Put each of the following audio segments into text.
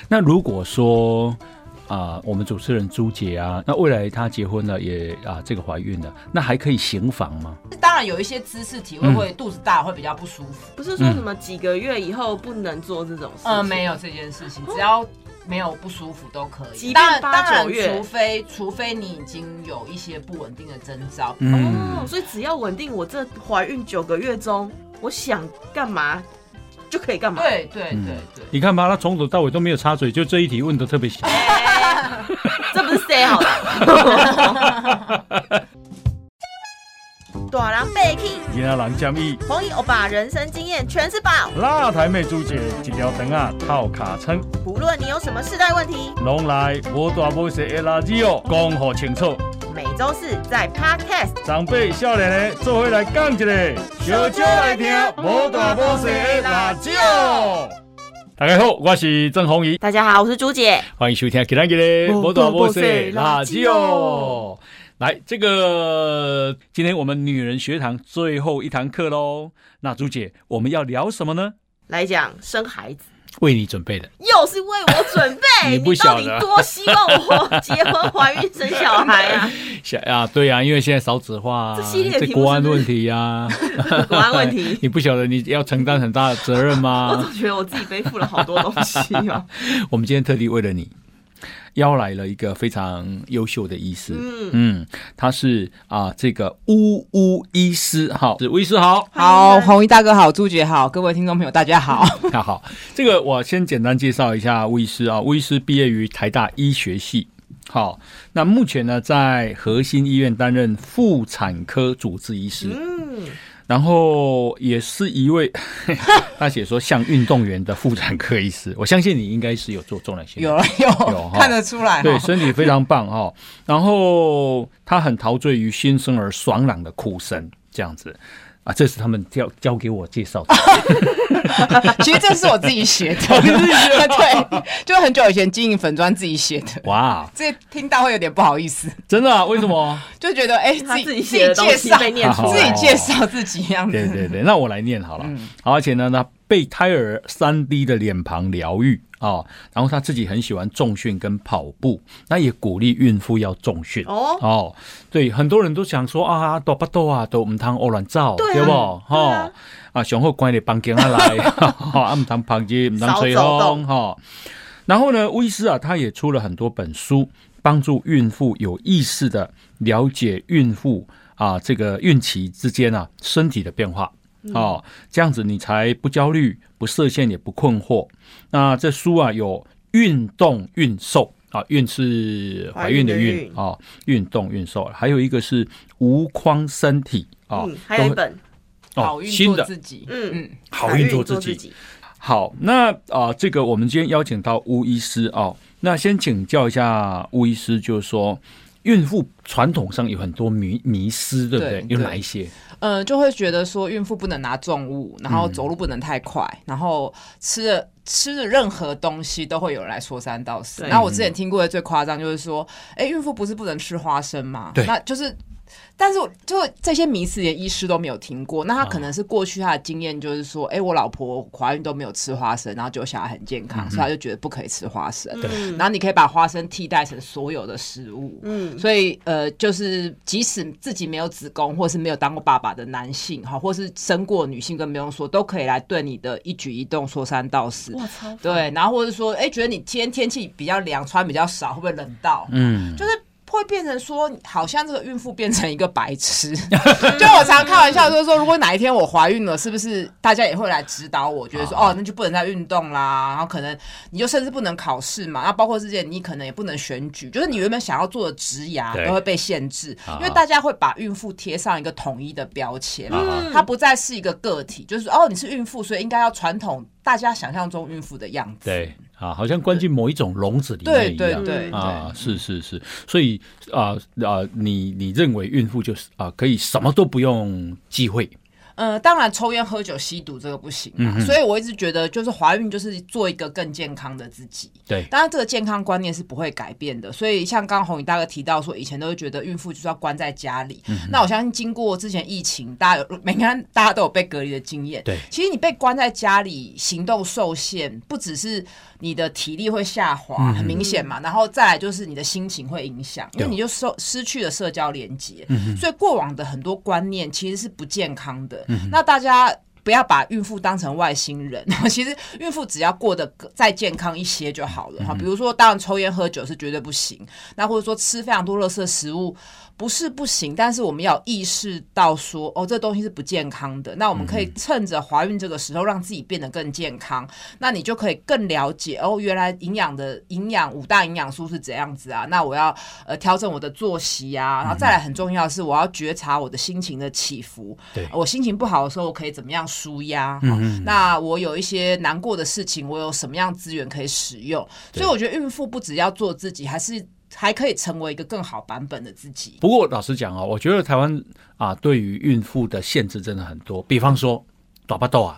那如果说我们主持人朱姐啊，那未来她结婚了也这个怀孕了，那还可以行房吗？ 当然有一些姿势体会肚子大会比较不舒服， 不是说什么几个月以后不能做这种事情， 没有这件事情，只要没有不舒服都可以。 即便8、9月， 除非你已经有一些不稳定的征兆。 所以只要稳定，我这怀孕9个月中，我想干嘛就可以干嘛。 对， 你看吧，他从头到尾都没有插嘴，就这一题问得特别小。 这不是 say 好了。大人被气， 今仔人建议， 红衣欧巴人生经验全是宝。 辣台妹朱姐一条肠啊套卡称， 不论你有什么世代问题， 拢来无大无小的垃圾哦，讲好清楚。 每周四在 Podcast， 长辈少年的做伙来讲一个，小酒来听无大无小的垃圾哦。大家好，我是郑弘仪。 大家好，我是朱姐。 欢迎收听今天的无大无小的垃圾哦。来，这个今天我们女人学堂最后一堂课咯。那朱姐，我们要聊什么呢？ 来讲生孩子。 为你准备的， 又是为我准备。 你不晓得， 你到底多希望我结婚、怀孕、生小孩啊？ 对啊，因为现在少子化， 这系列这国安问题啊， 国安问题， 你不晓得你要承担很大的责任吗？ 我总觉得我自己背负了好多东西哦。 我们今天特地为了你邀来了一个非常优秀的医师，他是这个巫医师，好，巫医师好， 好，弘仪大哥好，朱姐好，各位听众朋友大家好。 好，这个我先简单介绍一下巫医师啊，巫医师毕业于台大医学系，好，那目前呢在核心医院担任妇产科主治医师，然后也是一位他写说像运动员的妇产科医师，我相信你应该是有做重量训练， 有看得出来， 对，身体非常棒哈。然后他很陶醉于新生儿爽朗的哭声，这样子这是他们教给我介绍的。 其实这是我自己写的，对，就很久以前经营粉专自己写的。 哇， 这听到会有点不好意思， 真的为什么？ 就觉得自己写的东西被念出来， 自己介绍自己这样子。 对，那我来念好了。好，而且呢，他被胎儿3D 的脸庞疗愈然后他自己很喜欢重训跟跑步，那也鼓励孕妇要重训对，很多人都想说大巴肚都唔通胡乱走，对不？上好关在房间来，唔通旁街，唔通吹风然后呢，巫医师他也出了很多本书，帮助孕妇有意识的了解孕妇这个孕期之间身体的变化。这样子你才不焦虑、不设限、也不困惑。那这书有运动孕瘦孕是怀孕的孕运动孕瘦，还有一个是无框身体还有一本好运做自己， 好运做自己。好，那这个我们今天邀请到巫医师那先请教一下巫医师，就是说孕妇传统上有很多迷思，对不对？有哪一些？ 就会觉得说孕妇不能拿重物，然后走路不能太快，然后吃的任何东西都会有人来说三道四。然后我之前听过的最夸张就是说，孕妇不是不能吃花生吗？对，那就是。但是就这些迷思连医师都没有听过，那他可能是过去他的经验就是说，我老婆怀孕都没有吃花生，然后就小孩很健康，所以他就觉得不可以吃花生。然后你可以把花生替代成所有的食物，所以就是即使自己没有子宫或是没有当过爸爸的男性或是生过女性更不用说，都可以来对你的一举一动说三道四。对，然后或者说觉得你今天天气比较凉，穿比较少，会不会冷到？就是会变成说好像这个孕妇变成一个白痴就我常开玩笑就是说，如果哪一天我怀孕了，是不是大家也会来指导我，觉得说那就不能再运动啦，然后可能你就甚至不能考试嘛，然后包括之前你可能也不能选举，就是你原本想要做的职涯都会被限制，因为大家会把孕妇贴上一个统一的标签，它不再是一个个体，就是说你是孕妇，所以应该要传统大家想象中孕妇的样子。 对好像关进某一种笼子里面一样。 对是，所以你认为孕妇就是可以什么都不用忌讳？ 当然抽烟喝酒吸毒这个不行嘛，所以我一直觉得就是怀孕就是做一个更健康的自己。 对， 当然这个健康观念是不会改变的，所以像刚刚宏宇大哥提到说，以前都会觉得孕妇就是要关在家里，那我相信经过之前疫情，大家都有被隔离的经验。 对， 其实你被关在家里，行动受限，不只是你的体力会下滑，很明显嘛，然后再来就是你的心情会影响，因为你就失去了社交连结，所以过往的很多观念其实是不健康的。那大家不要把孕妇当成外星人，其实孕妇只要过得再健康一些就好了。比如说，当然抽烟喝酒是绝对不行，那或者说吃非常多垃圾食物不是不行，但是我们要有意识到说，这东西是不健康的。那我们可以趁着怀孕这个时候，让自己变得更健康。那你就可以更了解原来营养5大营养素是怎样子啊？那我要调整我的作息啊，然后再来很重要的是，我要觉察我的心情的起伏。 对， 我心情不好的时候，我可以怎么样抒压？那我有一些难过的事情，我有什么样资源可以使用？所以我觉得孕妇不只要做自己，还可以成为一个更好版本的自己。 不过老实讲我觉得台湾对于孕妇的限制真的很多，比方说大巴肚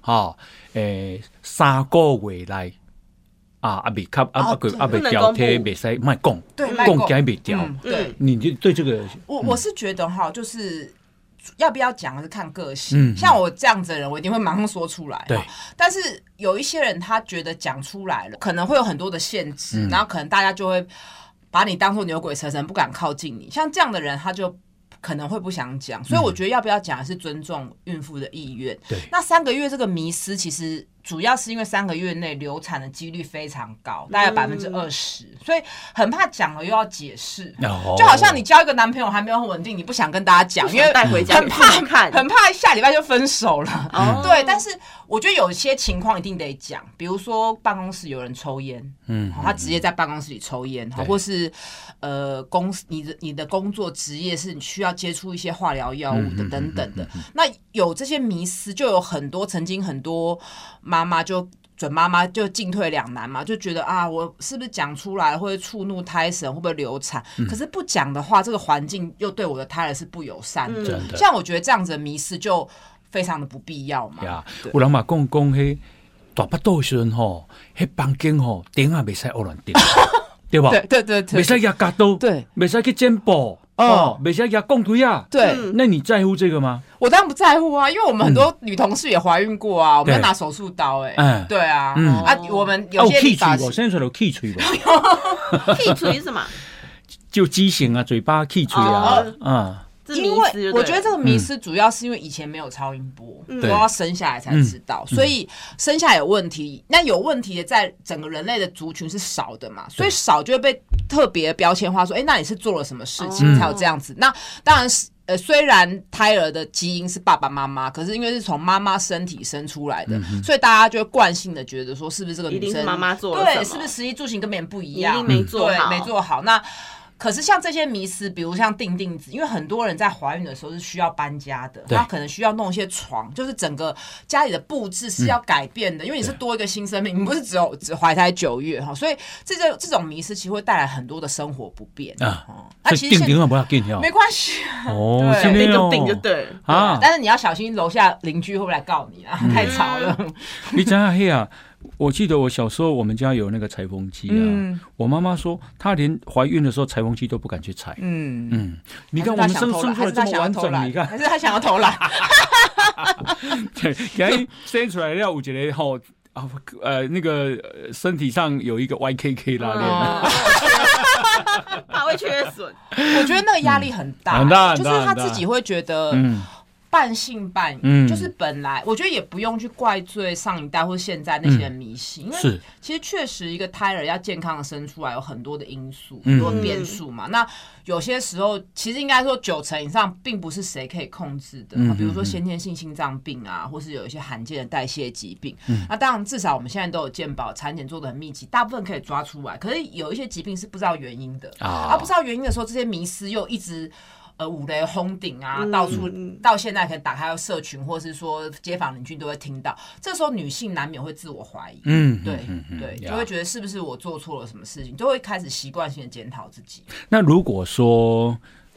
3个月来未调体，未使卖讲，讲解未调。 对， 你对这个， 我是觉得就是要不要讲是看个性。像我这样子的人，我一定会马上说出来。 对， 但是有一些人他觉得讲出来了，可能会有很多的限制，然后可能大家就会把你当作牛鬼蛇神，不敢靠近你。像这样的人，他就可能会不想讲。所以我觉得要不要讲是尊重孕妇的意愿。 对， 那3个月这个迷思其实主要是因为3个月内流产的几率非常高，大概20%，所以很怕讲了又要解释，就好像你交一个男朋友还没有很稳定，你不想跟大家讲，因为带回家很怕下礼拜就分手了。对，但是我觉得有些情况一定得讲，比如说办公室有人抽烟，他直接在办公室里抽烟，或是你的工作职业是你需要接触一些化疗药物的等等的，那有这些迷思，就有曾经很多准妈妈就进退两难嘛，就觉得我是不是讲出来会触怒胎神，会不会流产？可是不讲的话，这个环境又对我的胎儿是不友善的。像我觉得这样子的迷思就非常的不必要嘛。 有人嘛讲迄大巴肚的时阵迄房间顶袂使胡乱顶，对吧？ 对， 袂使压角刀，对，袂使去剪布。没使压供推对， 那你在乎这个吗？ 我当然不在乎啊，因为我们很多女同事也怀孕过啊，我们要拿手术刀对啊，我们有些理发师， 我现在说有气吹吧， 气吹是什么？ 就畸形啊，嘴巴气吹因为我觉得这个迷思主要是因为以前没有超音波，都要生下来才知道，所以生下来有问题。那有问题的在整个人类的族群是少的嘛，所以少就会被特别标签化说，那你是做了什么事情才有这样子？那当然是。虽然胎儿的基因是爸爸妈妈，可是因为是从妈妈身体生出来的，所以大家就会惯性的觉得说，是不是这个女生一定是妈妈做了什么？ 对，是不是食衣住行跟别人不一样？ 一定没做好， 对，没做好。那可是像这些迷思，比如像订子，因为很多人在怀孕的时候是需要搬家的，他可能需要弄一些床，就是整个家里的布置是要改变的，因为你是多一个新生命，你不是只怀胎9月所以这种迷思其实会带来很多的生活不便那其实订不要订没关系订就订就对但是你要小心楼下邻居会不会来告你啊？太吵了。 你知道我记得我小时候我们家有那个裁缝机我妈妈说她连怀孕的时候裁缝机都不敢去裁。你看我们生出来这么完整，你看还是她想要偷懒。 对，生出来要有一个那个身体上有一个 YKK 拉链， 怕会缺损。 我觉得那个压力很大， 很大， 就是他自己会觉得半信半疑，就是本来我觉得也不用去怪罪上一代或现在那些人迷信，因为其实确实一个胎儿要健康的生出来有很多的因素，很多变数嘛。那有些时候其实应该说90%以上并不是谁可以控制的，比如说先天性心脏病啊，或是有一些罕见的代谢疾病。那当然至少我们现在都有健保，产检做得很密集，大部分可以抓出来。可是有一些疾病是不知道原因的不知道原因的时候，这些迷思又一直五雷轰顶啊，到处到现在可能打开社群，或是说街坊邻居都会听到。这时候女性难免会自我怀疑，对，就会觉得是不是我做错了什么事情，就会开始习惯性的检讨自己。 那如果说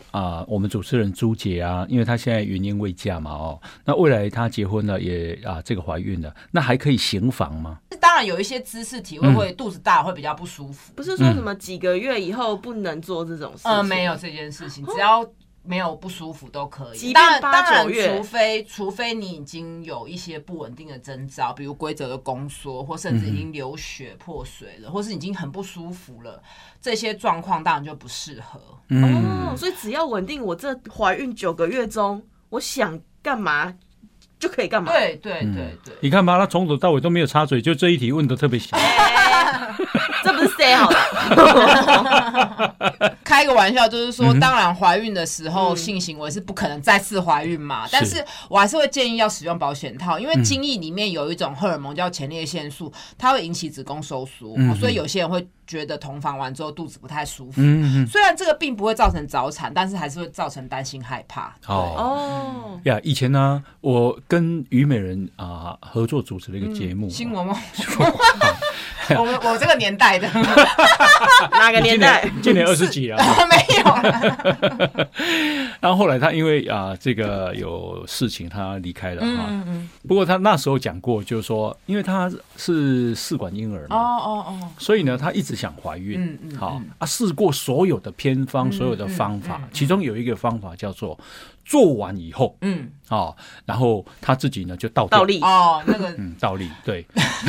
我们主持人朱姐啊，因为她现在云婴未嫁嘛哦，那未来她结婚了也这个怀孕了，那还可以行房吗？ 当然有一些姿势体会肚子大会比较不舒服， 不是说什么几个月以后不能做这种事情， 没有这件事情，只要没有不舒服都可以。 即便当然 8-9月， 除非你已经有一些不稳定的征兆，比如规则的宫缩，或甚至已经流血破水了，或是已经很不舒服了，这些状况当然就不适合。 所以只要稳定，我这怀孕9个月中，我想干嘛就可以干嘛。 对， 你看吧，他从头到尾都没有插嘴，就这一题问得特别小。 这不是 say 好了？ 开个玩笑，就是说，当然怀孕的时候性行为是不可能再次怀孕嘛，但是我还是会建议要使用保险套，因为精液里面有一种荷尔蒙叫前列腺素，它会引起子宫收缩，所以有些人会觉得同房完之后肚子不太舒服。虽然这个并不会造成早产，但是还是会造成担心害怕。 以前呢，我跟虞美人合作主持了一个节目， 新闻吗？我这个年代的哪个年代？ 今年20几啊？ 没有。 然后后来他因为这个有事情，他离开了不过他那时候讲过，就是说，因为他是试管婴儿嘛，所以呢，他一直想怀孕。试过所有的偏方，所有的方法，其中有一个方法叫做做完以后，然后他自己呢就倒立那个倒立，对。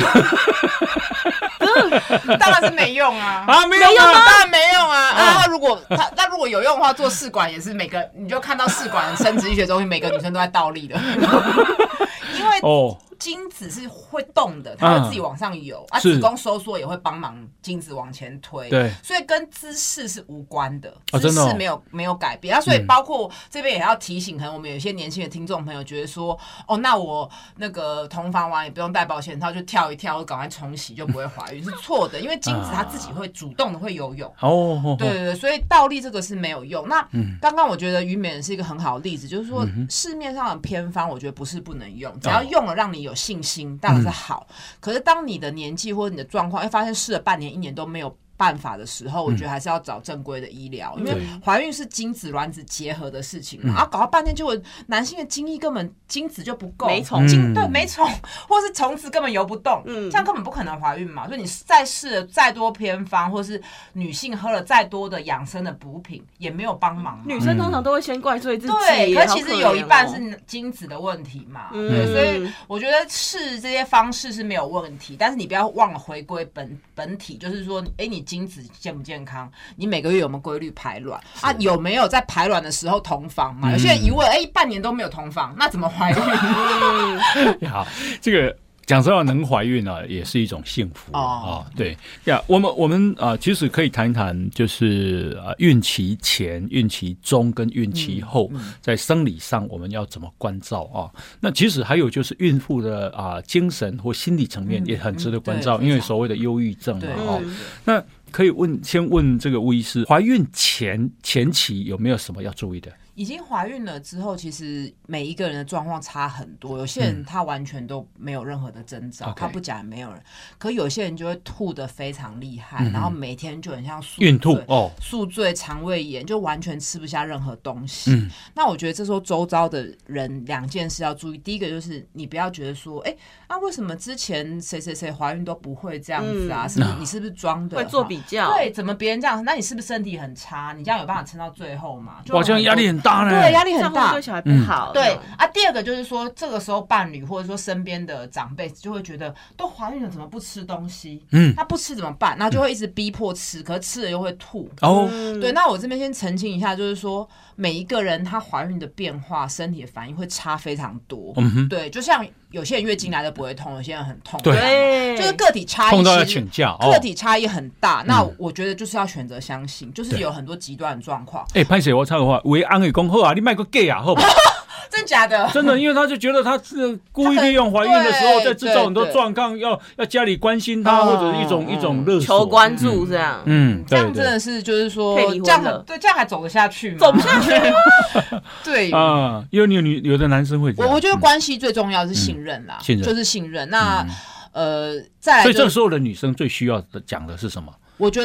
当然是没用啊！ 没用吗？ 当然没用啊！那如果有用的话，做试管也是你就看到试管生殖医学中心每个女生都在倒立的，因为精子是会动的，它会自己往上游子宫收缩也会帮忙精子往前推， 对， 所以跟姿势是无关的， 姿势没有改变。所以包括这边也要提醒，可能我们有一些年轻的听众朋友觉得说，那我那个同房完也不用戴保险套，就跳一跳或赶快冲洗就不会怀孕，是错的，因为精子它自己会主动的会游泳。对，所以倒立这个是没有用。那刚刚我觉得虞美人是一个很好的例子，就是说市面上的偏方，我觉得不是不能用，只要用了让你有信心，当然是好。可是当你的年纪或者你的状况，发现试了半年、1年都没有办法的时候，我觉得还是要找正规的医疗，因为怀孕是精子卵子结合的事情嘛，搞到半天就男性的精液根本精子就不够， 没虫， 对，没虫，或是虫子根本游不动，这样根本不可能怀孕嘛。所以你再试了再多偏方，或是女性喝了再多的养生的补品，也没有帮忙。 女生通常都会先怪罪自己， 对，可其实有一半是精子的问题嘛。对，所以我觉得试这些方式是没有问题，但是你不要忘了回归本体，就是说，你精子健不健康？你每个月有没有规律排卵啊？有没有在排卵的时候同房嘛？有些人一问，半年都没有同房，那怎么怀孕？ 好，这个讲实话，能怀孕也是一种幸福对呀，我们其实可以谈一谈，就是孕期前、孕期中跟孕期后，在生理上我们要怎么关照啊？那其实还有就是孕妇的精神或心理层面也很值得关照，因为所谓的忧郁症那可以先问这个吴医师，怀孕前期有没有什么要注意的？ 已经怀孕了之后，其实每一个人的状况差很多。有些人他完全都没有任何的征兆，他不讲也没有人。可有些人就会吐得非常厉害，然后每天就很像孕吐宿醉、肠胃炎，就完全吃不下任何东西。那我觉得这时候周遭的人2件事要注意。第一个就是你不要觉得说，为什么之前谁谁谁怀孕都不会这样子啊？你是不是装的？ 会做比较？ 对，怎么别人这样？那你是不是身体很差？你这样有办法撑到最后吗？ 哇，这样压力很大。 对，压力很大， 对小孩不好。 对第二个就是说，这个时候伴侣或者说身边的长辈就会觉得，都怀孕了怎么不吃东西？他不吃怎么办？那就会一直逼迫吃，可是吃了又会吐。对，那我这边先澄清一下，就是说每一个人她怀孕的变化，身体的反应会差非常多。对，就像有些人月经来的不会痛，有些人很痛， 对， 就是个体差异， 痛到要请假， 个体差异很大。那我觉得就是要选择相信，就是有很多极端的状况。 拍摄我插个话，为安慰讲好啊，你卖个 gay 啊，好不好？ 真假的？ 真的，因为他就觉得他是故意利用怀孕的时候，在制造很多状况，要家里关心他，或者一种勒索、 求关注这样。 这样真的是就是说，这样还走得下去吗？ 走不下去。 对有的男生会这样。 我觉得关系最重要是信任啦，就是信任。那再来， 所以这时候的女生最需要讲的是什么？ 我觉得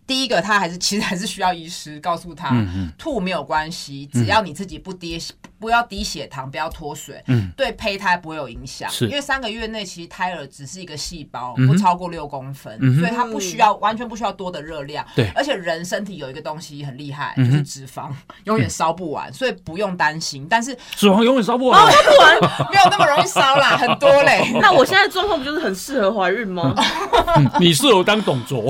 第一个，他其实还是需要医师告诉他，吐没有关系，只要你自己不要低血糖，不要脱水，对胚胎不会有影响。因为3个月内其实胎儿只是一个细胞，不超过6公分，所以它完全不需要多的热量。 对， 而且人身体有一个东西很厉害，就是脂肪，永远烧不完，所以不用担心。但是脂肪永远烧不完， 没有那么容易烧啦，很多嘞。 那我现在状况不就是很适合怀孕吗？ 你适合当董卓。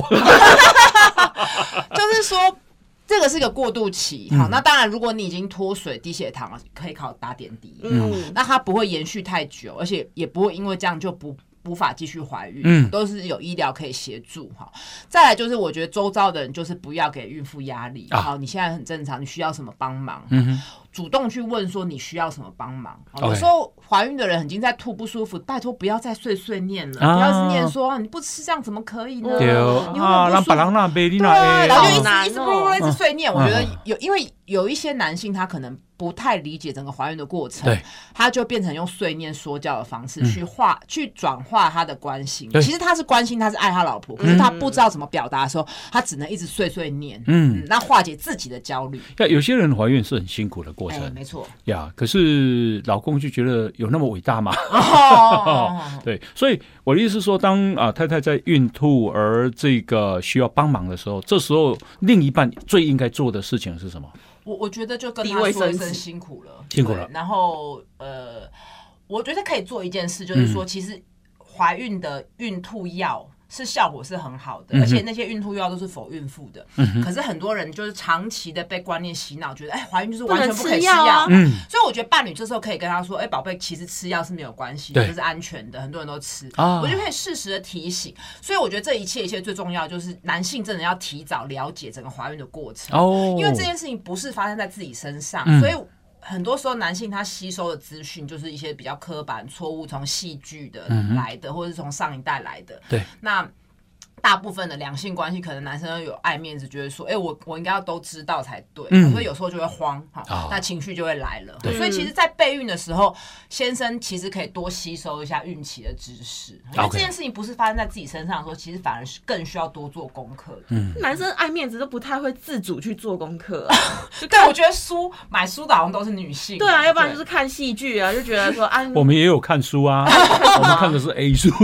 就是说，这个是一个过渡期。好，那当然，如果你已经脱水、低血糖了，可以靠打点滴。那它不会延续太久，而且也不会因为这样就无法继续怀孕，都是有医疗可以协助。哈，再来就是我觉得周遭的人就是不要给孕妇压力。好，你现在很正常，你需要什么帮忙？主动去问说你需要什么帮忙。有时候怀孕的人已经在吐不舒服，拜托不要再碎碎念了，不要是念说你不吃这样怎么可以呢？ 对啊，让别人那杯你那对，然后就一直碎念。我觉得因为有一些男性他可能不太理解整个怀孕的过程，他就变成用碎念说教的方式去转化他的关心。其实他是关心，他是爱他老婆，可是他不知道怎么表达的时候，他只能一直碎碎念，那化解自己的焦虑。 有些人怀孕是很辛苦的过程， 没错呀。可是老公就觉得有那么伟大吗？对，所以我的意思是说，当太太在孕吐而这个需要帮忙的时候，这时候另一半最应该做的事情是什么？ 我觉得就跟他说一声辛苦了， 辛苦了。 然后我觉得可以做一件事，就是说，其实怀孕的孕吐药效果是很好的，而且那些孕吐药都是否孕妇的。可是很多人就是长期的被观念洗脑，觉得怀孕就是完全不可以吃药。所以我觉得伴侣这时候可以跟他说，宝贝，其实吃药是没有关系的，这是安全的，很多人都吃。我就可以适时的提醒。所以我觉得这一切最重要就是男性真的要提早了解整个怀孕的过程，因为这件事情不是发生在自己身上，所以很多时候男性他吸收的资讯就是一些比较刻板错误，从戏剧的来的，或者是从上一代来的。 对， 那大部分的两性关系，可能男生有爱面子，觉得说，我应该要都知道才对，所以有时候就会慌，那情绪就会来了。所以其实，在备孕的时候，先生其实可以多吸收一下孕期的知识，因为这件事情不是发生在自己身上的时候，其实反而是更需要多做功课。 男生爱面子都不太会自主去做功课， 对，我觉得买书的好像都是女性， 对啊，要不然就是看戏剧啊，就觉得说我们也有看书啊，我们看的是 A 书。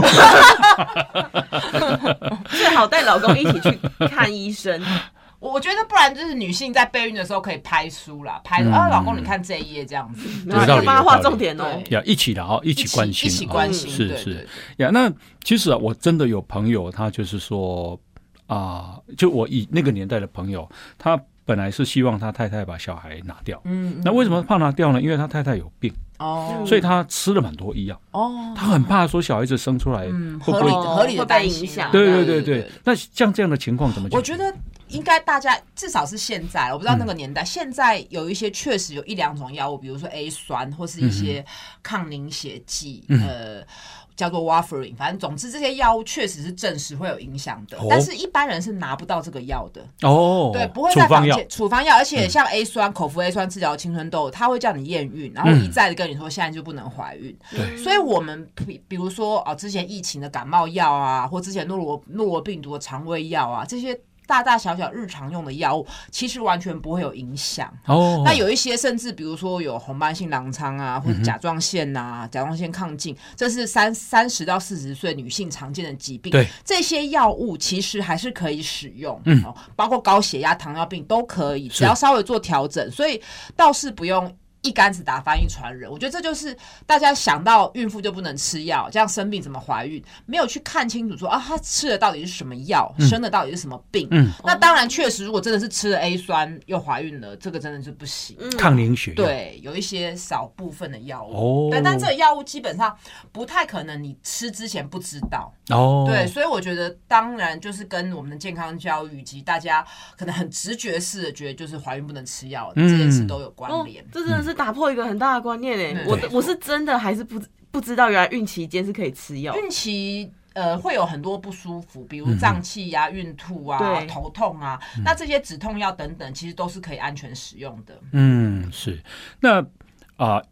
最好带老公一起去看医生。 我觉得不然就是女性在备孕的时候可以拍书啦，老公你看这一页这样子， 要帮他画重点哦， 一起的一起关心， 一起关心， 是呀。那其实我真的有朋友，他就是说就我以那个年代的朋友，他本来是希望他太太把小孩拿掉，那为什么怕拿掉呢？因为他太太有病。所以他吃了蛮多医药。他很怕说小孩子生出来会不会合理的担心。 对。那像这样的情况怎么解决？ 我觉得应该大家至少是现在，我不知道那个年代，现在有一些确实有1-2种药物，比如说 A 酸或是一些抗凝血剂，叫做 warfarin， 反正总之这些药物确实是证实会有影响的，但是一般人是拿不到这个药的。对，不会在房间处方药，而且像 A 酸、口服 A 酸治疗青春痘，他会叫你验孕，然后一再的跟你说现在就不能怀孕。所以我们比如说之前疫情的感冒药啊，或之前诺罗病毒的肠胃药啊，这些大大小小日常用的药物，其实完全不会有影响。那有一些甚至比如说有红斑性狼疮啊，或者甲状腺啊、甲状腺亢进，这是30到40岁女性常见的疾病。这些药物其实还是可以使用，包括高血压、糖尿病都可以，只要稍微做调整，所以倒是不用一竿子打翻一船人。我觉得这就是大家想到孕妇就不能吃药，这样生病怎么怀孕，没有去看清楚说她吃的到底是什么药，生的到底是什么病。那当然确实如果真的是吃了 A 酸又怀孕了，这个真的是不行。 抗凝血对，有一些少部分的药物，但这个药物基本上不太可能你吃之前不知道。对，所以我觉得当然就是跟我们的健康教育以及大家可能很直觉式的觉得就是怀孕不能吃药这件事都有关联。 这真的是打破一个很大的观念耶。我是真的还是不知道原来孕期间是可以吃药。 孕期会有很多不舒服，比如胀气啊、孕吐啊、头痛啊，那这些止痛药等等，其实都是可以安全使用的。 是。那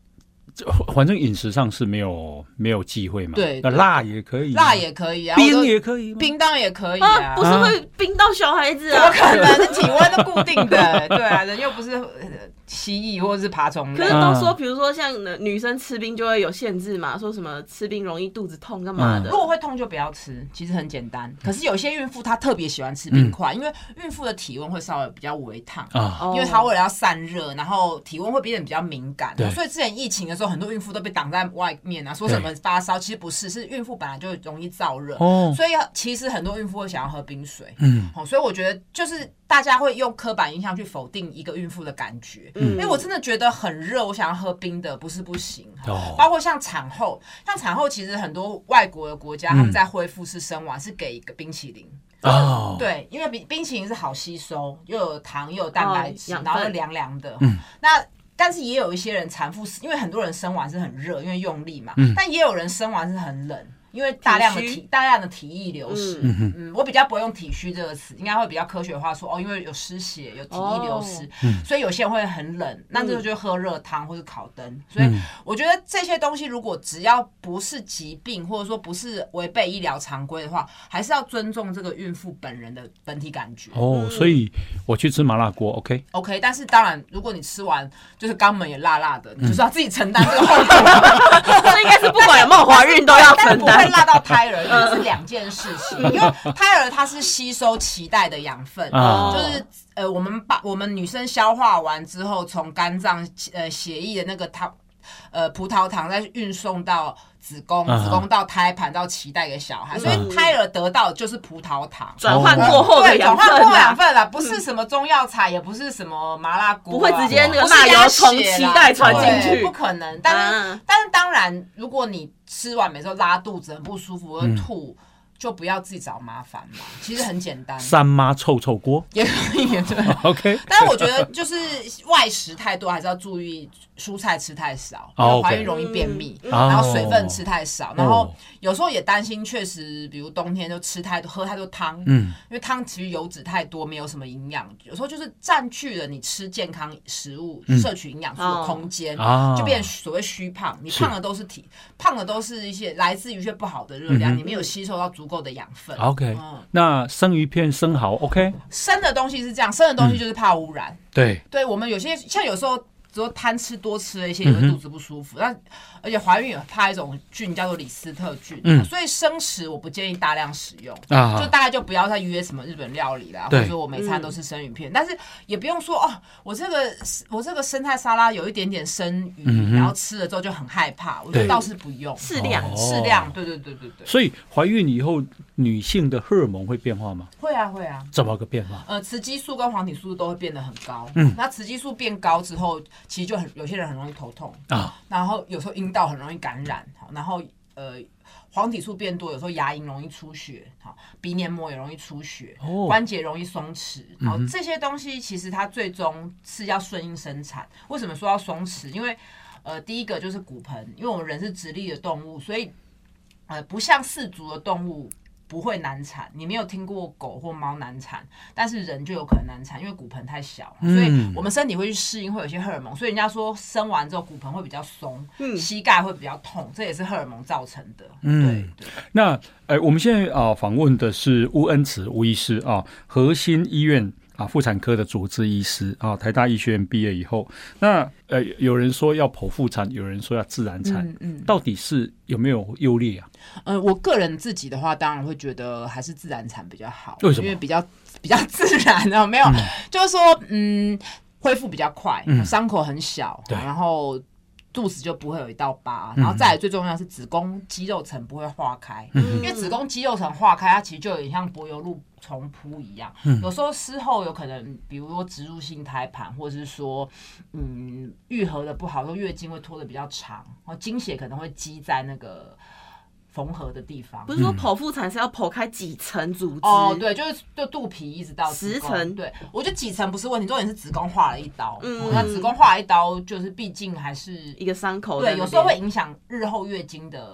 反正饮食上是没有忌讳嘛。 对， 辣也可以， 辣也可以啊， 冰也可以， 冰当然也可以啊， 不是会冰到小孩子啊？ 怎么可能？体温都固定的，对啊，人又不是蜥蜴或者是爬虫类。 可是都说，比如说像女生吃冰就会有限制嘛，说什么吃冰容易肚子痛干嘛的。 如果会痛就不要吃，其实很简单。可是有些孕妇她特别喜欢吃冰块，因为孕妇的体温会稍微比较微烫因为她为了要散热，然后体温会变得比较敏感。所以之前疫情的时候，很多孕妇都被挡在外面啊，说什么发烧，其实不是，是孕妇本来就容易燥热，所以其实很多孕妇会想要喝冰水。所以我觉得就是大家会用刻板印象去否定一个孕妇的感觉。因为我真的觉得很热，我想要喝冰的不是不行。包括像产后其实很多外国的国家他们在恢复式生完是给一个冰淇淋。对，因为冰淇淋是好吸收，又有糖又有蛋白质，然后又凉凉的。那但是也有一些人产妇，因为很多人生完是很热，因为用力嘛，但也有人生完是很冷。因为大量的体液流失，我比较不会用体虚这个词，应该会比较科学化说因为有失血，有体液流失，所以有些人会很冷，那这个就喝热汤或是烤灯。所以我觉得这些东西如果只要不是疾病，或者说不是违背医疗常规的话，还是要尊重这个孕妇本人的本体感觉。 所以我去吃麻辣锅 OK， 但是当然如果你吃完就是肛门也辣辣的，你就是要自己承担这个后果。 这应该是不管有没有怀孕都要承担。 会辣到胎儿，这是两件事情。因为胎儿它是吸收脐带的养分，就是我们女生消化完之后，从肝脏血液的那个葡萄糖再运送到子宫到胎盘到脐带给小孩，所以胎儿得到的就是葡萄糖转换过后的养分， 转换过养分啦，不是什么中药材，也不是什么麻辣锅， 不会直接那个辣油从脐带传进去， 不可能。但是当然，如果你吃完每次都拉肚子很不舒服会吐，就不要自己找麻烦嘛。其实很简单， 三妈臭臭锅也可以，对 OK。 但是我觉得就是外食太多，还是要注意蔬菜吃太少，因为怀孕容易便秘，然后水分吃太少，然后有时候也担心，确实比如冬天就喝太多汤，因为汤其实油脂太多，没有什么营养，有时候就是占据了你吃健康食物、摄取营养素的空间，就变成所谓虚胖。你胖的都是一些来自于一些不好的热量，你没有吸收到足够的养分。 OK，那生鱼片、生蚝 OK， 生的东西是这样，生的东西就是怕污染。 对， 我们有些像有时候。只有贪吃多吃了一些也会肚子不舒服，而且怀孕也怕一种菌叫做李斯特菌，所以生食我不建议大量使用，就大概就不要再约什么日本料理啦，或者说我每餐都吃生鱼片，但是也不用说我这个生态沙拉有一点点生鱼，然后吃了之后就很害怕，我觉得倒是不用，适量，对。 所以怀孕以后女性的荷尔蒙会变化吗？ 会啊， 怎么个变化？ 雌激素跟黄体素都会变得很高，那雌激素变高之后。其实就有些人很容易头痛然后有时候阴道很容易感染，然后黄体素变多，有时候牙龈容易出血，鼻黏膜也容易出血，关节容易松弛，这些东西其实它最终是要顺应生产。为什么说要松弛？因为第一个就是骨盆，因为我们人是直立的动物，所以不像四足的动物。不会难产，你没有听过狗或猫难产，但是人就有可能难产，因为骨盆太小，所以我们身体会去适应，会有一些荷尔蒙，所以人家说生完之后骨盆会比较松，膝盖会比较痛，这也是荷尔蒙造成的。对。 那我们现在访问的是巫恩慈巫医师核心医院妇产科的主治医师台大医学院毕业以后，那有人说要剖腹产，有人说要自然产，到底是有没有优劣啊？ 我个人自己的话，当然会觉得还是自然产比较好， 为什么？ 因为比较自然没有，就是说恢复比较快，伤口很小，然后肚子就不会有一道疤，然后再来最重要的是子宫肌肉层不会化开，因为子宫肌肉层化开，它其实就有点像柏油路重铺一样，有时候事后有可能，比如说植入性胎盘，或者是说愈合的不好，说月经会拖得比较长，然后经血可能会积在那个缝合的地方。 不是说剖腹产是要剖开几层组织？ 对，就肚皮一直到子宫10层。对，我觉得几层不是问题，重点是子宫划了一刀。那子宫划了一刀，就是毕竟还是一个伤口。 对，有时候会影响日后月经的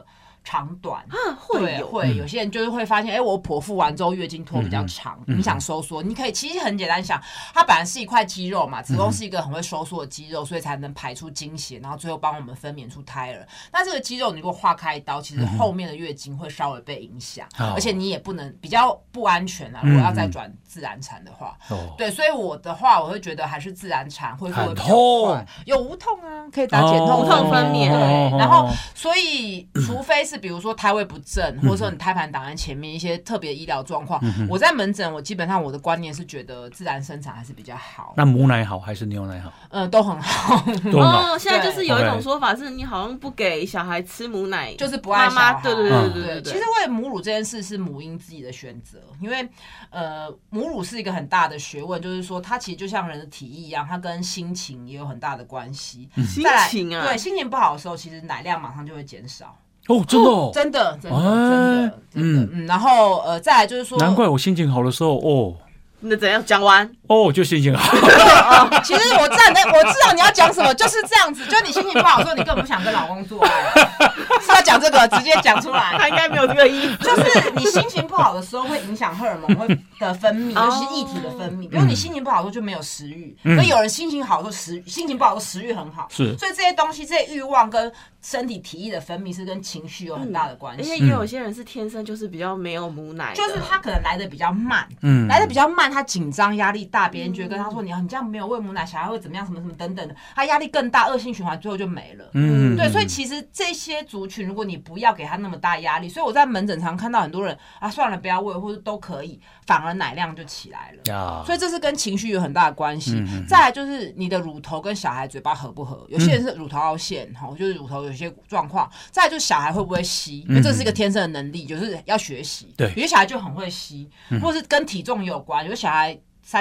长短会有些人就是会发现，我剖腹完之后月经拖比较长，影响收缩。你可以其实很简单想，它本来是一块肌肉嘛，子宫是一个很会收缩的肌肉，所以才能排出经血，然后最后帮我们分娩出胎儿。那这个肌肉你如果划开一刀，其实后面的月经会稍微被影响，而且你也不能比较不安全啊。如果要再转自然产的话，对，所以我的话，我会觉得还是自然产会比较快，有无痛啊，可以打减痛， 无痛分娩。 对，然后所以除非是比如说胎位不正，或者说你胎盘挡在前面一些特别医疗状况，我在门诊，我基本上我的观念是觉得自然生产还是比较好。 那母奶好还是牛奶好？ 都很好。 现在就是有一种说法是，你好像不给小孩吃母奶， 就是不爱小孩。 对。 其实喂母乳这件事是母婴自己的选择，因为母乳是一个很大的学问，就是说它其实就像人的体液一样，它跟心情也有很大的关系。 心情啊， 对，心情不好的时候，其实奶量马上就会减少。 真的哦， 真的，然后再来就是说， 难怪我心情好的时候那怎样讲完？ 就心情好。 其实我知道你要讲什么，就是这样子。就你心情不好的时候，你根本不想跟老公做爱，是要讲这个，直接讲出来。 他应该没有这个意思。 就是你心情不好的时候，会影响荷尔蒙的分泌，尤其是液体的分泌。比如你心情不好的时候就没有食欲，所以有人心情好的时候心情不好的时候食欲很好。 是， 所以这些东西，这些欲望跟身体体液的分泌是跟情绪有很大的关系。 而且也有些人是天生就是比较没有母奶， 就是他可能来的比较慢，来的比较慢，他紧张压力大，别人觉得跟他说你这样没有喂母奶，小孩会怎么样，什么什么等等的，他压力更大，恶性循环，最后就没了。对，所以其实这些族群，如果你不要给他那么大压力，所以我在门诊常看到很多人算了不要喂，或者都可以，反而奶量就起来了。所以这是跟情绪有很大的关系。再来就是你的乳头跟小孩嘴巴合不合，有些人是乳头凹陷，就是乳头有些状况。再来就是小孩会不会吸，因为这是一个天生的能力，就是要学习。对，有些小孩就很会吸，或是跟体重有关，有些小孩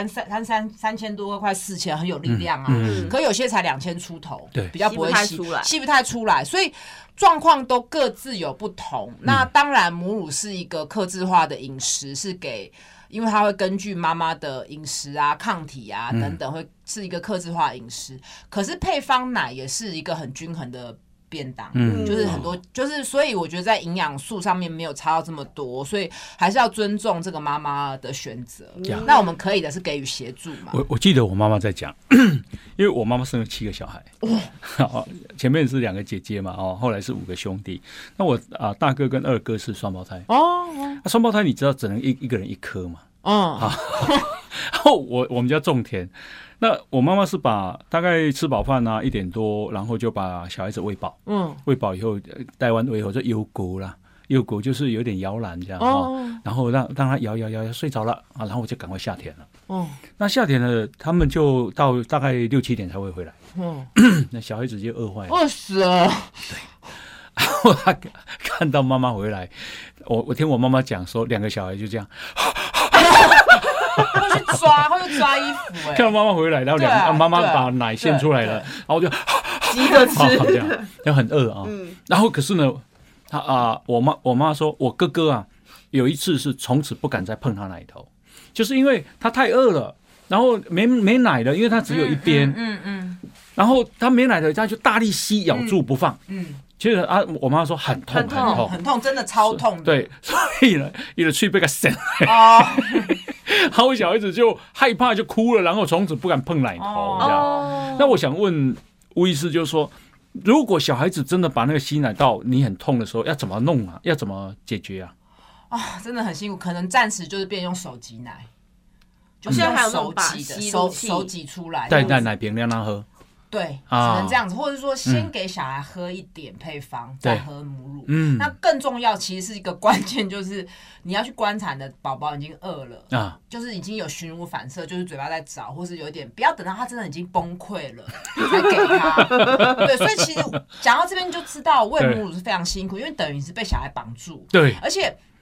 3000多快4000，很有力量啊。可有些才2000出头，对，比较不会吸不太出来，所以状况都各自有不同。那当然，母乳是一个客制化的饮食，是给，因为它会根据妈妈的饮食啊、抗体啊等等，会是一个客制化饮食。可是配方奶也是一个很均衡的便当，就是很多，就是所以我觉得在营养素上面没有差到这么多，所以还是要尊重这个妈妈的选择。那我们可以的是给予协助嘛。 我记得我妈妈在讲，因为我妈妈生了7个小孩，前面是2个姐姐嘛，后来是5个兄弟。那我大哥跟二哥是双胞胎双胞胎你知道只能一个人1颗嘛，然后我们家种田。那我妈妈是把大概吃饱饭1点多，然后就把小孩子喂饱，喂饱以后带完喂以后就悠狗啦，悠狗就是有点摇篮这样然后让他摇睡着了然后我就赶快下田了。那下田了，他们就到大概6、7点才会回来。那小孩子就饿坏了， 饿死了。 对。然后他看到妈妈回来，我听我妈妈讲说，2个小孩就这样。 会去抓衣服看到妈妈回来，然后妈妈把奶献出来了，然后就急着吃， 这样就很饿然后可是呢，我妈说，我哥哥有一次是从此不敢再碰他奶头，就是因为他太饿了，然后没奶了，因为他只有一边，然后他没奶了，他就大力吸，咬住不放，其实我妈说很痛， 真的超痛的。 对，所以呢，你的嘴被个伸然后小孩子就害怕，就哭了，然后从此不敢碰奶头这样。那我想问吴医师，就是说，如果小孩子真的把那个吸奶到你很痛的时候，要怎么弄啊？要怎么解决啊？ 真的很辛苦，可能暂时就是变用手挤奶， 就是用手挤的手挤出来， 带奶瓶让他喝。 对，只能这样子，或者说先给小孩喝一点配方，再喝母乳。那更重要，其实是一个关键，就是你要去观察你的宝宝已经饿了就是已经有寻乳反射，就是嘴巴在找，或是有点不要等到他真的已经崩溃了才给他。对，所以其实讲到这边就知道喂母乳是非常辛苦，因为等于是被小孩绑住。 对， 而且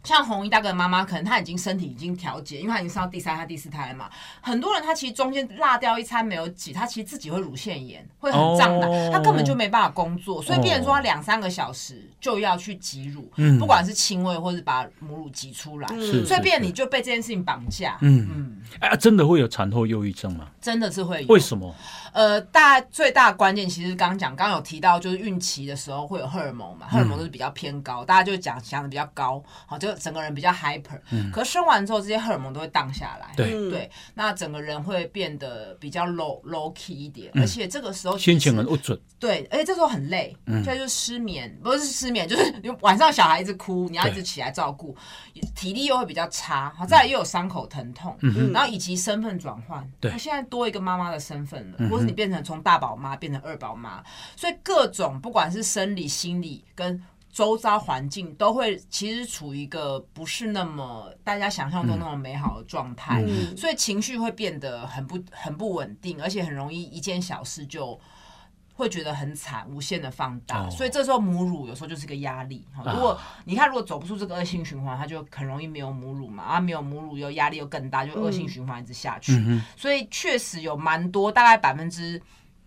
像红衣大哥的妈妈，可能她已经身体已经调节，因为她已经生到第3胎、第4胎了嘛。很多人他其实中间落掉一餐没有挤，他其实自己会乳腺炎，会很胀奶，他根本就没办法工作，所以变成说他2-3个小时就要去挤乳，不管是亲喂或是把母乳挤出来，所以变成你就被这件事情绑架。 真的会有产后忧郁症吗？ 真的是会有。 为什么？ 最大的关键其实刚刚有提到，就是孕期的时候会有荷尔蒙嘛，荷尔蒙都是比较偏高，大家就想的比较高，好，就整个人比较 hyper。可是生完之后，这些荷尔蒙都会荡下来，对，那整个人会变得比较 low key 一点，而且这个时候心情很不准， 对，而且这时候很累，就是失眠，不是失眠，就是晚上小孩一直哭，你要一直起来照顾，体力又会比较差，好，再来又有伤口疼痛，然后以及身份转换，对，现在多一个妈妈的身份了，或是你变成从大宝妈变成2宝妈，所以各种不管是生理、心理跟周遭环境都会其实处于一个不是那么大家想象中那么美好的状态，所以情绪会变得很不稳定，而且很容易一件小事就会觉得很惨，无限的放大，所以这时候母乳有时候就是个压力。如果你看，如果走不出这个恶性循环，它就很容易没有母乳嘛，没有母乳又压力又更大，就恶性循环一直下去。所以确实有蛮多，大概80%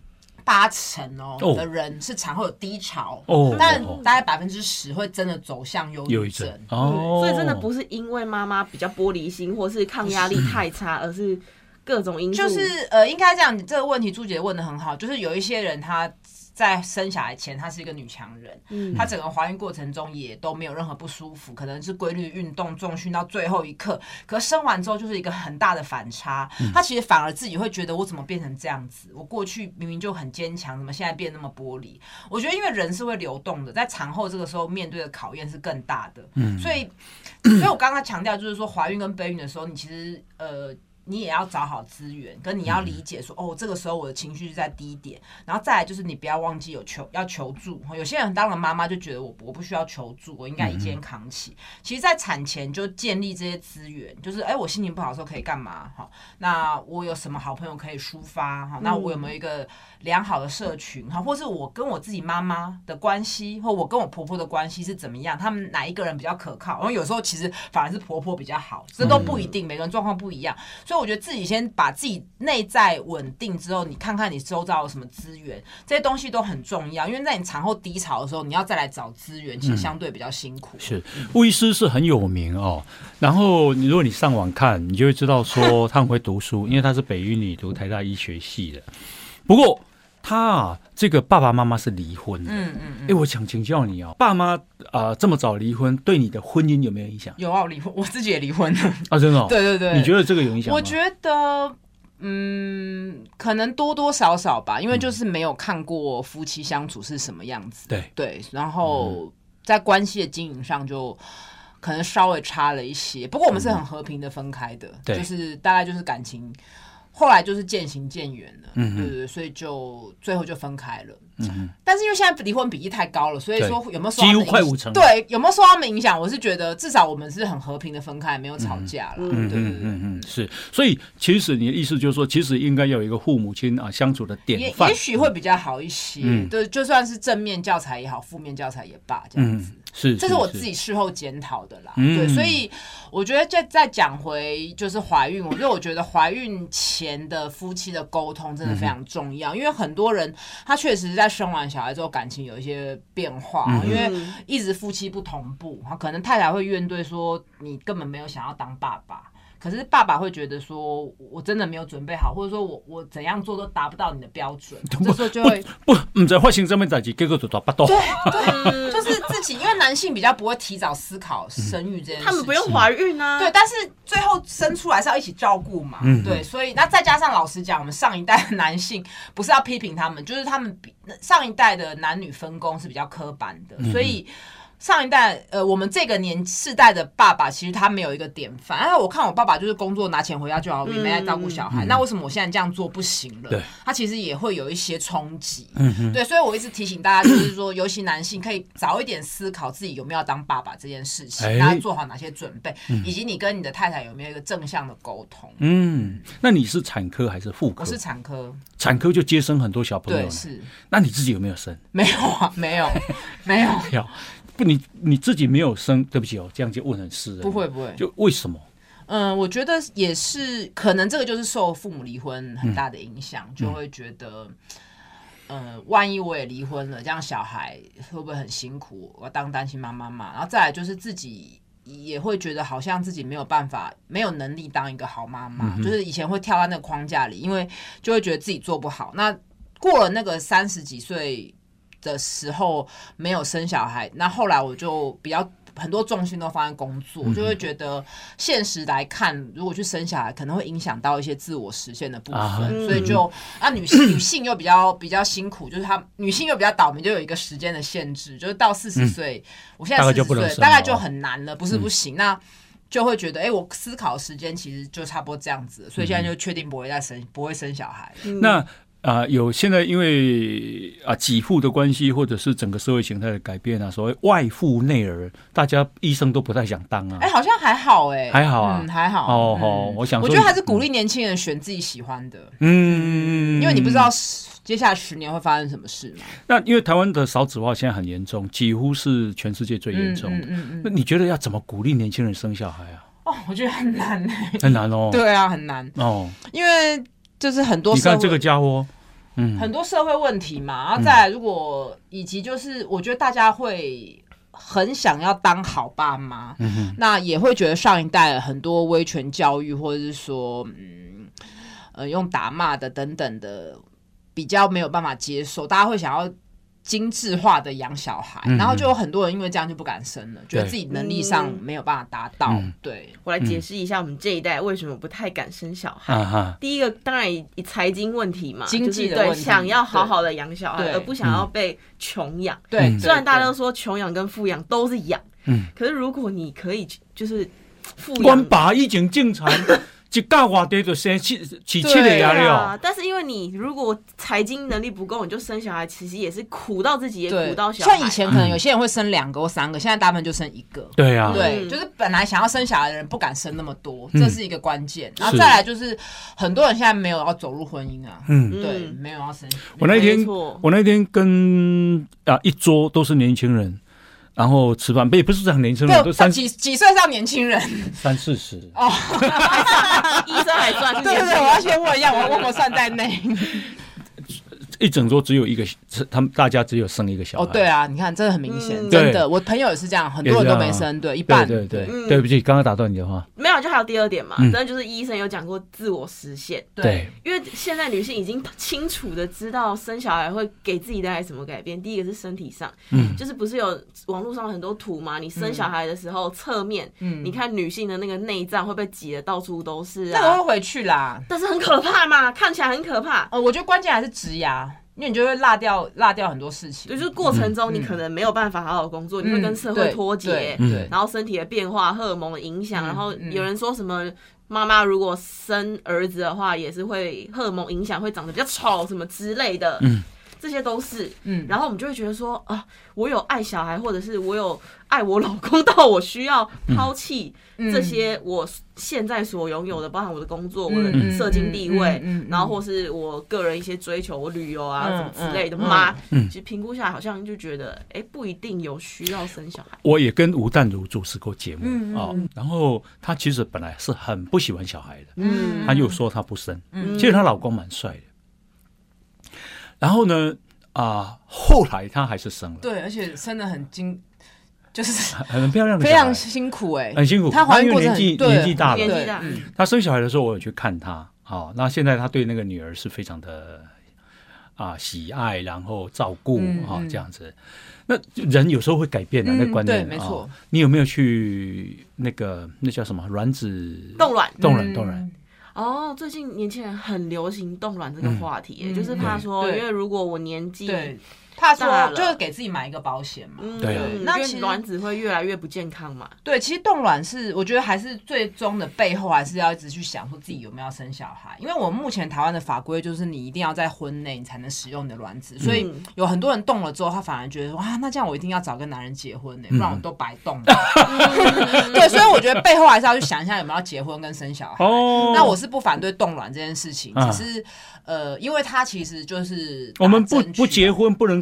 的人是产后有低潮，但大概10%会真的走向忧郁症。 所以真的不是因为妈妈比较玻璃心，或是抗压力太差，而是各种因素。 就是应该这样，这个问题朱姐问得很好，就是有一些人他在生小孩前她是一个女强人，她整个怀孕过程中也都没有任何不舒服，可能是规律运动重训到最后一刻，可是生完之后就是一个很大的反差，她其实反而自己会觉得我怎么变成这样子，我过去明明就很坚强，怎么现在变那么玻璃。我觉得因为人是会流动的，在产后这个时候面对的考验是更大的，所以我刚刚强调就是说怀孕跟备孕的时候，你其实你也要找好资源，跟你要理解说，这个时候我的情绪是在低点，然后再来就是你不要忘记要求助。有些人当了妈妈就觉得我不需要求助，我应该一肩扛起。其实，在产前就建立这些资源，就是我心情不好的时候可以干嘛？那我有什么好朋友可以抒发？那我有没有一个良好的社群？或是我跟我自己妈妈的关系，或我跟我婆婆的关系是怎么样？他们哪一个人比较可靠？然后有时候其实反而是婆婆比较好，这都不一定，每个人状况不一样，所以我觉得自己先把自己内在稳定之后，你看看你周遭有什么资源，这些东西都很重要。因为在你产后低潮的时候，你要再来找资源，其实相对比较辛苦。 是，巫医师是很有名哦。然后如果你上网看，你就会知道说他很会读书，因为他是北一女读台大医学系的。不过他这个爸爸妈妈是离婚的。我想请教你爸妈这么早离婚，对你的婚姻有没有影响？ 有离婚，我自己也离婚了啊，真的对对对， 你觉得这个有影响吗？ 我觉得可能多多少少吧，因为就是没有看过夫妻相处是什么样子。对，然后在关系的经营上就可能稍微差了一些，不过我们是很和平的分开的，就是大概就是感情后来就是渐行渐远了，对，所以就最后就分开了。但是因为现在离婚比例太高了，所以说有没有受到几乎快50%？ 对，有没有受到他们影响？我是觉得至少我们是很和平的分开，没有吵架了。 是。所以其实你的意思就是说，其实应该有一个父母亲相处的典范， 也许会比较好一些。对，就算是正面教材也好，负面教材也罢，这样子。这是我自己事后检讨的啦。对，所以我觉得再讲回就是怀孕，我觉得怀孕前的夫妻的沟通真的非常重要，因为很多人他确实在生完小孩之后感情有一些变化，因为一直夫妻不同步，可能太太会怨怼说你根本没有想要当爸爸。可是爸爸会觉得说，我真的没有准备好，或者说我怎样做都达不到你的标准，这时候就会不知发生什么事情，结果就大巴肚。 对，就是自己，因为男性比较不会提早思考生育这件事情， 他们不用怀孕啊。 对，但是最后生出来是要一起照顾嘛。对，所以那再加上老实讲，我们上一代的男性不是要批评他们，就是他们上一代的男女分工是比较刻板的，所以。上一代，我们这个世代的爸爸，其实他没有一个典范。我看我爸爸就是工作拿钱回家就好，也没来照顾小孩。那为什么我现在这样做不行了？对，他其实也会有一些冲击。对，所以我一直提醒大家，就是说，尤其男性可以早一点思考自己有没有要当爸爸这件事情，然后做好哪些准备，以及你跟你的太太有没有一个正向的沟通。 那你是产科还是妇科？ 我是产科。 产科就接生很多小朋友。 对，是。 那你自己有没有生？ 没有啊，没有。 不，你自己没有生，对不起哦，这样就问很私人。 不会， 就为什么？ 我觉得也是，可能这个就是受父母离婚很大的影响，就会觉得，万一我也离婚了，这样小孩会不会很辛苦？我要当单亲妈妈嘛。然后再来就是自己也会觉得好像自己没有办法、没有能力当一个好妈妈，就是以前会跳在那个框架里，因为就会觉得自己做不好。那过了那个30几岁的时候没有生小孩，那后来我就比较很多重心都放在工作，就会觉得现实来看，如果去生小孩可能会影响到一些自我实现的部分，所以就女性又比较辛苦，就是女性又比较倒霉，就有一个时间的限制，就是到40岁，我现在40岁，大概就很难了，不是不行，那就会觉得我思考时间其实就差不多这样子，所以现在就确定不会生小孩。 那有现在因为给付的关系，或者是整个社会形态的改变所谓外父内儿，大家医生都不太想当好像还好还好还好我想说， 我觉得还是鼓励年轻人选自己喜欢的，因为你不知道接下来10年会发生什么事嘛。 那因为台湾的少子化现在很严重，几乎是全世界最严重的。那你觉得要怎么鼓励年轻人生小孩我觉得很难很难哦。 对啊，很难因为就是很多你看这个家伙， 很多社会问题嘛，然后再来如果以及就是我觉得大家会很想要当好爸妈，那也会觉得上一代很多威权教育或者是说用打骂的等等的比较没有办法接受，大家会想要精致化的养小孩，然后就有很多人因为这样就不敢生了，觉得自己能力上没有办法达到。对， 我来解释一下我们这一代为什么不太敢生小孩。第一个当然以财经问题嘛， 经济的问题， 就是想要好好的养小孩，而不想要被穷养。 对， 虽然大家都说穷养跟富养都是养，可是如果你可以就是富养， 官爸已经进产。一到外地就生7个呀了， 但是因为你如果财经能力不够，你就生小孩，其实也是苦到自己，也苦到小孩。 像以前可能有些人会生2个或3个，现在大部分就生1个。 对啊， 对，就是本来想要生小孩的人不敢生那么多，这是一个关键。然后再来就是很多人现在没有要走入婚姻对，没有要生。 我那天跟一桌都是年轻人。然后吃饭，也不是很年轻人，都几岁上年轻人 ，30-40。 医生还算？ 对，我要先问一下，我算在内。 一整桌只有一个，大家只有生1个小孩。 对啊，你看，真的很明显，真的，我朋友也是这样，很多人都没生，对，一半。 对，对不起，刚刚打断你的话。 没有，就还有第2点嘛，真的就是医生有讲过自我实现。 对， 因为现在女性已经清楚的知道生小孩会给自己带来什么改变。第一个是身体上，就是不是有网络上很多图嘛？你生小孩的时候，侧面，你看女性的那个内脏会被挤得到处都是那个会回去啦， 但是很可怕嘛，看起来很可怕。 我觉得关键还是植牙。因为你就会落掉很多事情， 就是过程中你可能没有办法好好工作，你会跟社会脱节，然后身体的变化、荷尔蒙的影响，然后有人说什么妈妈如果生儿子的话，也是会荷尔蒙影响，会长得比较丑什么之类的，这些都是，然后我们就会觉得说我有爱小孩，或者是我有爱我老公到我需要抛弃这些我现在所拥有的，包含我的工作、我的社经地位，然后或是我个人一些追求，我旅游啊什么之类的嘛。其实评估下来，好像就觉得，不一定有需要生小孩。 我也跟吴淡如主持过节目然后她其实本来是很不喜欢小孩的，她又说她不生，其实她老公蛮帅的。然后呢，后来她还是生了， 对，而且生得很就是很漂亮的， 非常辛苦很辛苦。 她怀孕过程年纪大了，她生小孩的时候，我有去看她。那现在她对那个女儿是非常的喜爱，然后照顾这样子。那人有时候会改变的那观念， 对，没错。 你有没有去那叫什么卵子冻卵？最近年轻人很流行冻卵这个话题，就是怕说，因为如果我年纪怕说就是给自己买一个保险嘛， 对啊， 那其实卵子会越来越不健康嘛。 对，其实冻卵是我觉得还是最终的背后还是要一直去想说自己有没有要生小孩，因为我们目前台湾的法规就是你一定要在婚内你才能使用你的卵子，所以有很多人冻了之后，他反而觉得说那这样我一定要找个男人结婚不然我都白冻了。对，所以我觉得背后还是要去想一下有没有要结婚跟生小孩。那我是不反对冻卵这件事情，只是因为它其实就是我们不结婚不能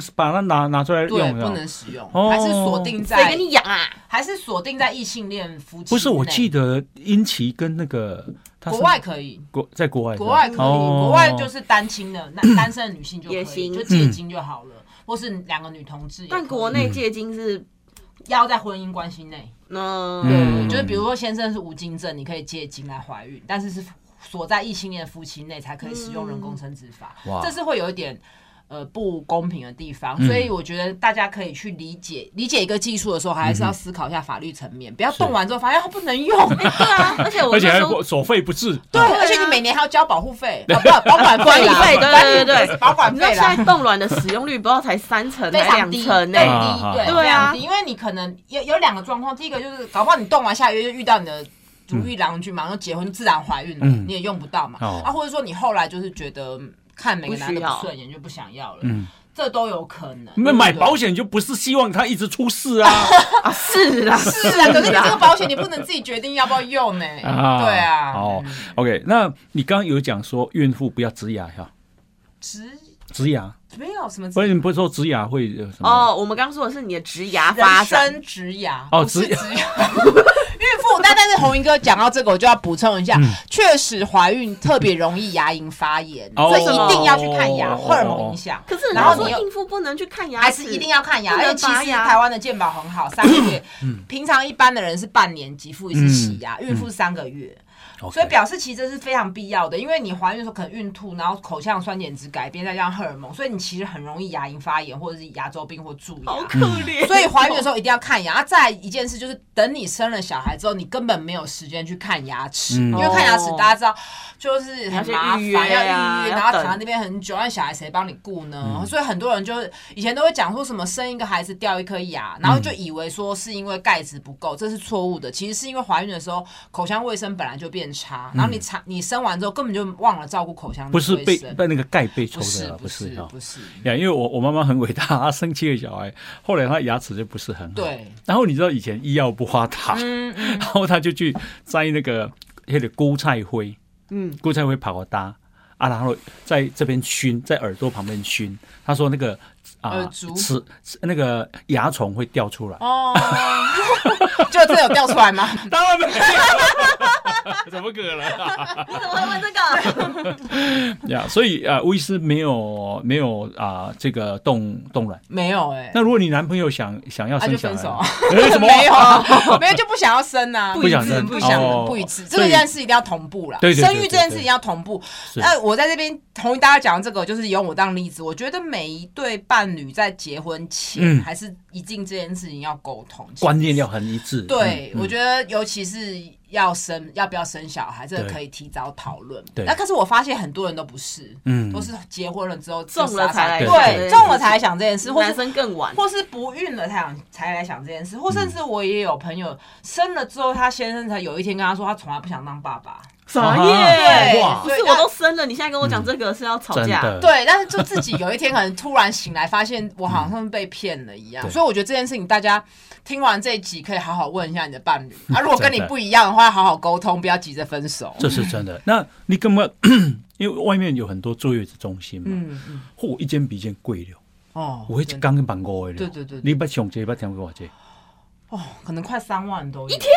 把它拿出来用？ 对，不能使用，还是锁定在谁跟你养啊？ 还是锁定在异性恋夫妻？ 不是，我记得殷琦跟那个国外可以， 在国外可以，国外就是单亲的单身的女性就可以，就借精就好了，或是2个女同志。 但国内借精是要在婚姻关系内，对，就是比如说先生是无精症，你可以借精来怀孕，但是锁在异性恋夫妻内才可以使用人工生殖法，这是会有一点不公平的地方，所以我觉得大家可以去理解一个技术的时候，还是要思考一下法律层面，不要动完之后发现它不能用。对啊，而且还所费不至。 对，而且你每年还要交保护费，不保管费啦， 对， 保管费啦。 现在冻卵的使用率不知道才3成还2成呢， 对啊，因为你可能有2个状况，第一个就是搞不好你冻完下个月就遇到你的如意郎君，马上结婚自然怀孕了，你也用不到嘛。或者说你后来就是觉得看每个男的不顺眼就不想要了，这都有可能。 那买保险就不是希望他一直出事啊。 是啦， 可是你这个保险你不能自己决定要不要用呢。对啊。 好 ，OK， 那你刚刚有讲说孕妇不要植牙哈？植牙没有什么， 所以你不是说植牙会什么？ 哦，我们刚说的是你的植牙发展， 人生植牙植牙。 孕妇，但是洪一哥讲到这个，我就要补充一下，确实怀孕特别容易牙龈发炎，所以一定要去看牙，荷尔蒙影响。 可是然后你孕妇不能去看牙， 还是一定要看牙？而且其实台湾的健保很好，3个月，平常一般的人是半年给付一次洗牙，孕妇3个月。所以表示其实这是非常必要的，因为你怀孕的时候可能孕吐，然后口腔酸碱值改变，再加上荷尔蒙，所以你其实很容易牙龈发炎或者是牙周病或蛀牙。 好可怜。 所以怀孕的时候一定要看牙。再来一件事就是，等你生了小孩之后，你根本没有时间去看牙齿，因为看牙齿大家知道就是很麻烦，要预约，然后躺在那边很久，那小孩谁帮你顾呢？所以很多人就是以前都会讲说什么生一个孩子掉一颗牙，然后就以为说是因为钙质不够，这是错误的。其实是因为怀孕的时候口腔卫生本来就变差，然后你生完之后根本就忘了照顾口腔的卫生。 不是被那个钙被抽的，不是呀，因为我妈妈很伟大，她生7个小孩，后来她牙齿就不是很好。 对。 然后你知道以前医药不发达，然后她就去摘那个菇菜灰，菇菜灰跑搭啊，然后在这边熏，在耳朵旁边熏。她说那个那个牙虫会掉出来。 哦，就真的有掉出来吗？ 当然没有。怎么可能？ 你怎么会问这个？呀，所以吴医师没有这个冻卵， 没有那如果你男朋友想要生小孩， 就分手啊？ 什么？ 没有就不想要生啊？ 不想生， 不一致。这件事一定要同步啦。生育这件事一定要同步。那我在这边同意大家讲这个，就是用我当例子。我觉得每一对伴侣在结婚前还是一定这件事情要沟通， 观念要很一致。 对，我觉得尤其是要不要生小孩，这个可以提早讨论。那可是我发现很多人都不是，都是结婚了之后中了才来中了才来想这件事，或男生更晚， 或是不孕了才来想这件事，或甚至我也有朋友生了之后，他先生才有一天跟他说，他从来不想当爸爸。 傻耶！不是我都生了，你现在跟我讲这个是要吵架？ 对，但是就自己有一天可能突然醒来，发现我好像被骗了一样。所以我觉得这件事情，大家听完这一集可以好好问一下你的伴侣。如果跟你不一样的话，好好沟通，不要急着分手。 这是真的。那你根本因为外面有很多坐月子中心嘛，一间比一间贵了。我会刚跟办过的。 对， 你不上街，不听给我接。 可能快3万都有一天。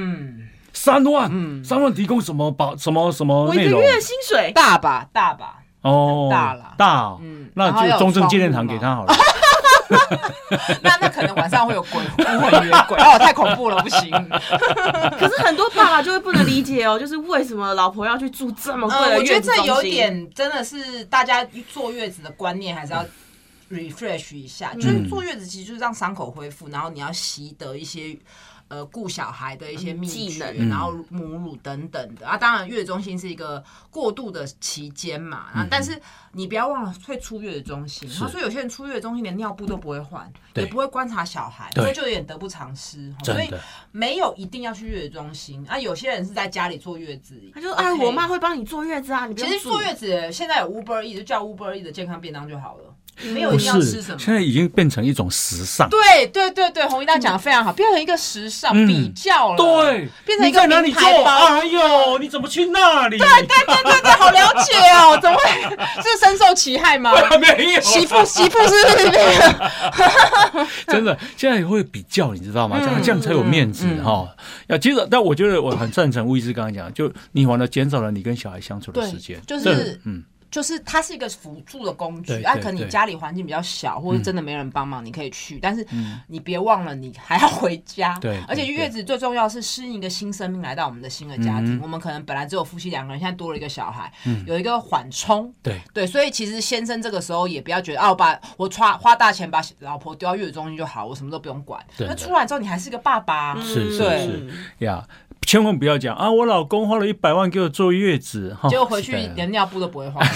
3万，3万提供什么我一个月薪水大吧哦， 大了大，那就中正纪念堂给他好了。 那可能晚上会有鬼会约鬼太恐怖了，不行。 可是很多爸爸就会不能理解就是为什么老婆要去住这么贵的月子中心？ 我觉得这有点真的是大家坐月子的观念还是要refresh 一下，就是坐月子其实就是让伤口恢复，然后你要习得一些顾小孩的一些秘诀，然后母乳等等的当然月子中心是一个过渡的期间嘛，但是你不要忘了会出月子中心，所以有些人出月子中心连尿布都不会换，也不会观察小孩，所以就有点得不偿失。所以没有一定要去月子中心有些人是在家里坐月子， 他就我妈会帮你坐月子啊，你不用。 其实坐月子现在有 Uber Eats， 就叫 Uber Eats 的健康便当就好了。 没有一定要吃什么， 现在已经变成一种时尚。 对对对对，洪一大讲的非常好，变成一个时尚比较了。 对， 变成一个名牌包。 哎呦，你怎么去那里？ 对对对对对，好了解哦，怎么会是深受其害吗？ 没有， 媳妇是那个， 真的，现在会比较，你知道吗？这样才有面子哈。其实，但我觉得我很赞成吴医师刚才讲，就你反而减少了你跟小孩相处的时间， 就是它是一个辅助的工具，可能你家里环境比较小，或者真的没人帮忙，你可以去，但是你别忘了，你还要回家。 对， 而且月子最重要是适应一个新生命来到我们的新的家庭。我们可能本来只有夫妻2个人，现在多了一个小孩，有一个缓冲。对，所以其实先生这个时候也不要觉得我花大钱把老婆丢到月子中心就好，我什么都不用管。那出来之后你还是个爸爸， 是呀。千万不要讲我老公花了100万给我坐月子， 结果回去连尿布都不会换。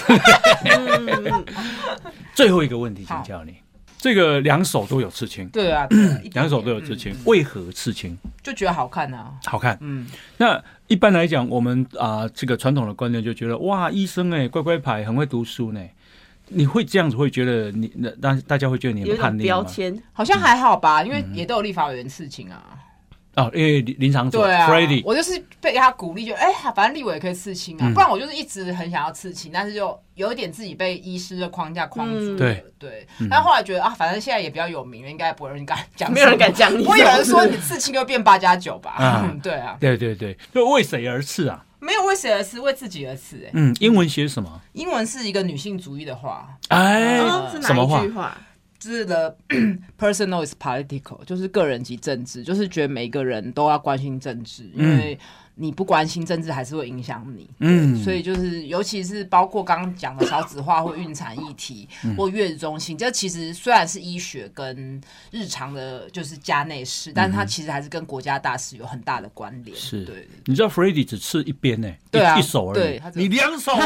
最后一个问题，请教你，这个2手都有刺青， 对啊 ，2手都有刺青，为何刺青？ 就觉得好看啊， 好看。那一般来讲，我们这个传统的观念就觉得，哇，医生乖乖牌，很会读书呢。你会这样子会觉得大家会觉得你很叛逆吗？ 标签好像还好吧，因为也都有立法委员刺青啊。 因为林长佐 Freddy， 我就是被他鼓励，就反正立委也可以刺青啊，不然我就是一直很想要刺青，但是就有一点自己被医师的框架框住。对，但后来觉得反正现在也比较有名了，应该不会有人敢讲， 没有人敢讲你。 不会有人说你刺青就变8+9吧？对啊， 对，就为谁而刺啊？ 没有为谁而刺，为自己而刺。 英文写什么？ 英文是一个女性主义的话。 是哪一句话？ 就是 the personal is political， 就是个人及政治，就是觉得每个人都要关心政治，因为你不关心政治还是会影响你。所以就是尤其是包括刚刚讲的少子化或孕产议题或月子中心，这其实虽然是医学跟日常的就是家内事，但是它其实还是跟国家大事有很大的关联。 是， 对， 你知道 Freddy 只刺一边呢，一手而已， 对， 你2手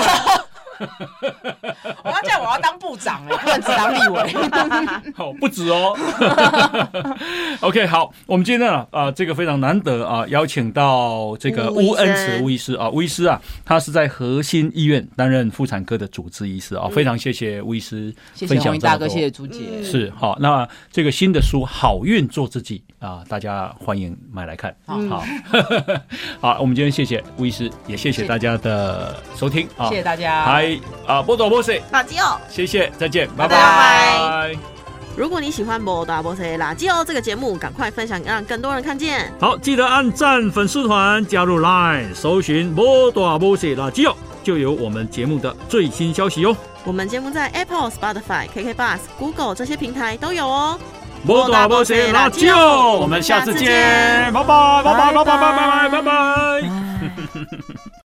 我要这样，我要当部长不能只当立委。 好，不止哦。OK， 好，我们今天呢，这个非常难得邀请到这个吴恩慈吴医师吴医师他是在和心医院担任妇产科的主治医师非常谢谢吴医师分享这么多，谢谢洪大哥，谢谢朱姐。 是好，那这个新的书《好运做自己》大家欢迎买来看。好，好，我们今天谢谢吴医师，也谢谢大家的收听谢谢大家。 波多波西垃圾哦， 谢谢，再见，拜拜。如果你喜欢波多波西垃圾哦这个节目，赶快分享，让更多人看见。 好，记得按赞粉丝团，加入 LINE， 搜寻波多波西垃圾哦，就有我们节目的最新消息哦。 我们节目在 Apple、Spotify、KKBOX、Google 这些平台都有哦。 波多波西垃圾哦，我们下次见，拜拜，拜拜，拜拜，拜拜，拜拜。